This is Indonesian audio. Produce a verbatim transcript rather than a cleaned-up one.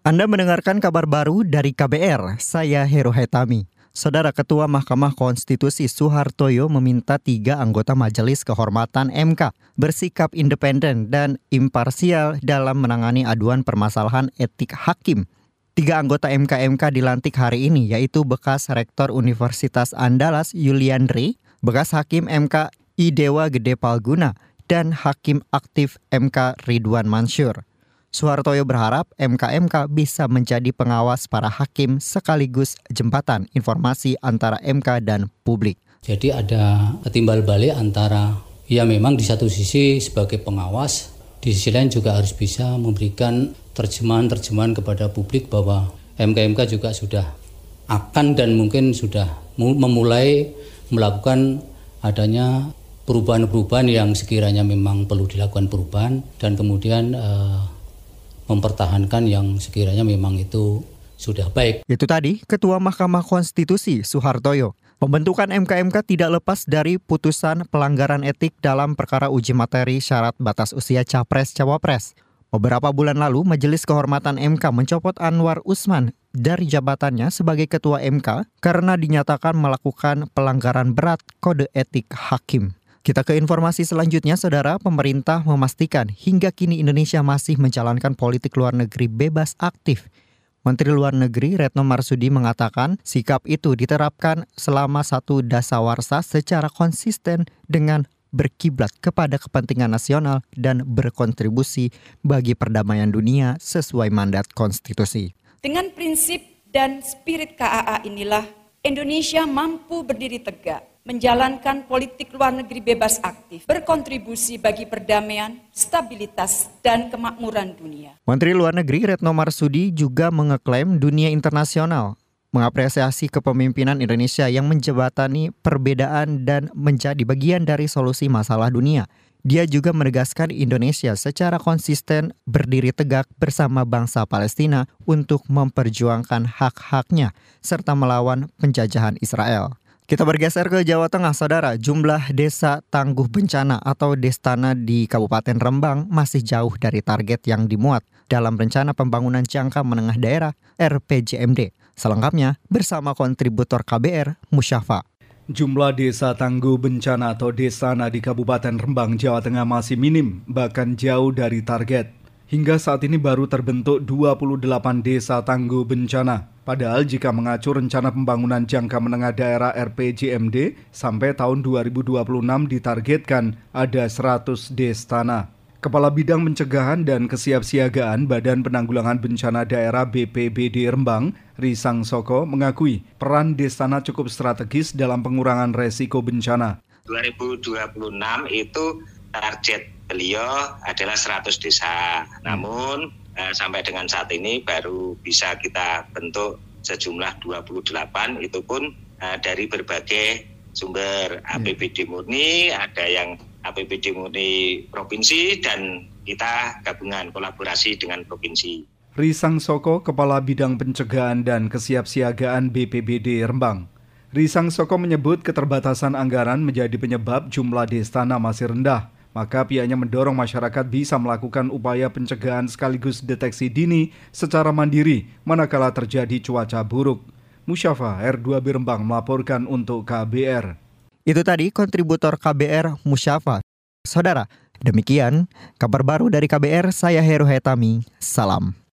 Anda mendengarkan kabar baru dari K B R, saya Heru Hetami. Saudara Ketua Mahkamah Konstitusi Suhartoyo meminta tiga anggota Majelis Kehormatan M K bersikap independen dan imparsial dalam menangani aduan permasalahan etik hakim. Tiga anggota M K M K dilantik hari ini, yaitu bekas Rektor Universitas Andalas Yuliandre, bekas Hakim M K I Dewa Gede Palguna, dan Hakim Aktif M K Ridwan Mansur. Suhartoyo berharap M K M K bisa menjadi pengawas para hakim sekaligus jembatan informasi antara M K dan publik. Jadi ada timbal balik antara ya memang di satu sisi sebagai pengawas, di sisi lain juga harus bisa memberikan terjemahan-terjemahan kepada publik bahwa M K M K juga sudah akan dan mungkin sudah memulai melakukan adanya perubahan-perubahan yang sekiranya memang perlu dilakukan perubahan dan kemudian eh, mempertahankan yang sekiranya memang itu sudah baik. Itu tadi Ketua Mahkamah Konstitusi Suhartoyo. Pembentukan M K M K tidak lepas dari putusan pelanggaran etik dalam perkara uji materi syarat batas usia Capres-Cawapres. Beberapa bulan lalu, Majelis Kehormatan M K mencopot Anwar Usman dari jabatannya sebagai Ketua M K karena dinyatakan melakukan pelanggaran berat kode etik hakim. Kita ke informasi selanjutnya, Saudara. Pemerintah memastikan hingga kini Indonesia masih menjalankan politik luar negeri bebas aktif. Menteri Luar Negeri Retno Marsudi mengatakan sikap itu diterapkan selama satu dasawarsa secara konsisten dengan berkiblat kepada kepentingan nasional dan berkontribusi bagi perdamaian dunia sesuai mandat konstitusi. Dengan prinsip dan spirit K A A inilah Indonesia mampu berdiri tegak, menjalankan politik luar negeri bebas aktif, berkontribusi bagi perdamaian, stabilitas, dan kemakmuran dunia. Menteri Luar Negeri Retno Marsudi juga mengeklaim dunia internasional mengapresiasi kepemimpinan Indonesia yang menjembatani perbedaan dan menjadi bagian dari solusi masalah dunia. Dia juga menegaskan Indonesia secara konsisten berdiri tegak bersama bangsa Palestina untuk memperjuangkan hak-haknya serta melawan penjajahan Israel. Kita bergeser ke Jawa Tengah, Saudara. Jumlah desa tangguh bencana atau Destana di Kabupaten Rembang masih jauh dari target yang dimuat dalam Rencana Pembangunan Jangka Menengah Daerah R P J M D. Selengkapnya bersama kontributor K B R, Musyafa. Jumlah desa tangguh bencana atau Destana di Kabupaten Rembang, Jawa Tengah masih minim, bahkan jauh dari target. Hingga saat ini baru terbentuk dua puluh delapan desa tangguh bencana. Padahal jika mengacu Rencana Pembangunan Jangka Menengah Daerah R P J M D, sampai tahun dua ribu dua puluh enam ditargetkan ada seratus destana. Kepala Bidang Pencegahan dan Kesiapsiagaan Badan Penanggulangan Bencana Daerah B P B D Rembang, Risang Soko, mengakui peran destana cukup strategis dalam pengurangan resiko bencana. dua ribu dua puluh enam itu target beliau adalah seratus desa. Namun eh, sampai dengan saat ini baru bisa kita bentuk sejumlah dua puluh delapan, itu pun eh, dari berbagai sumber A P B D murni, ada yang A P B D murni provinsi, dan kita gabungan kolaborasi dengan provinsi. Risang Soko, Kepala Bidang Pencegahan dan Kesiapsiagaan B P B D Rembang. Risang Soko menyebut keterbatasan anggaran menjadi penyebab jumlah destana masih rendah. Maka pihaknya mendorong masyarakat bisa melakukan upaya pencegahan sekaligus deteksi dini secara mandiri manakala terjadi cuaca buruk. Musyafa, R dua B Rembang melaporkan untuk K B R. Itu tadi kontributor K B R, Musyafa. Saudara, demikian kabar baru dari K B R, saya Heru Hetami. Salam.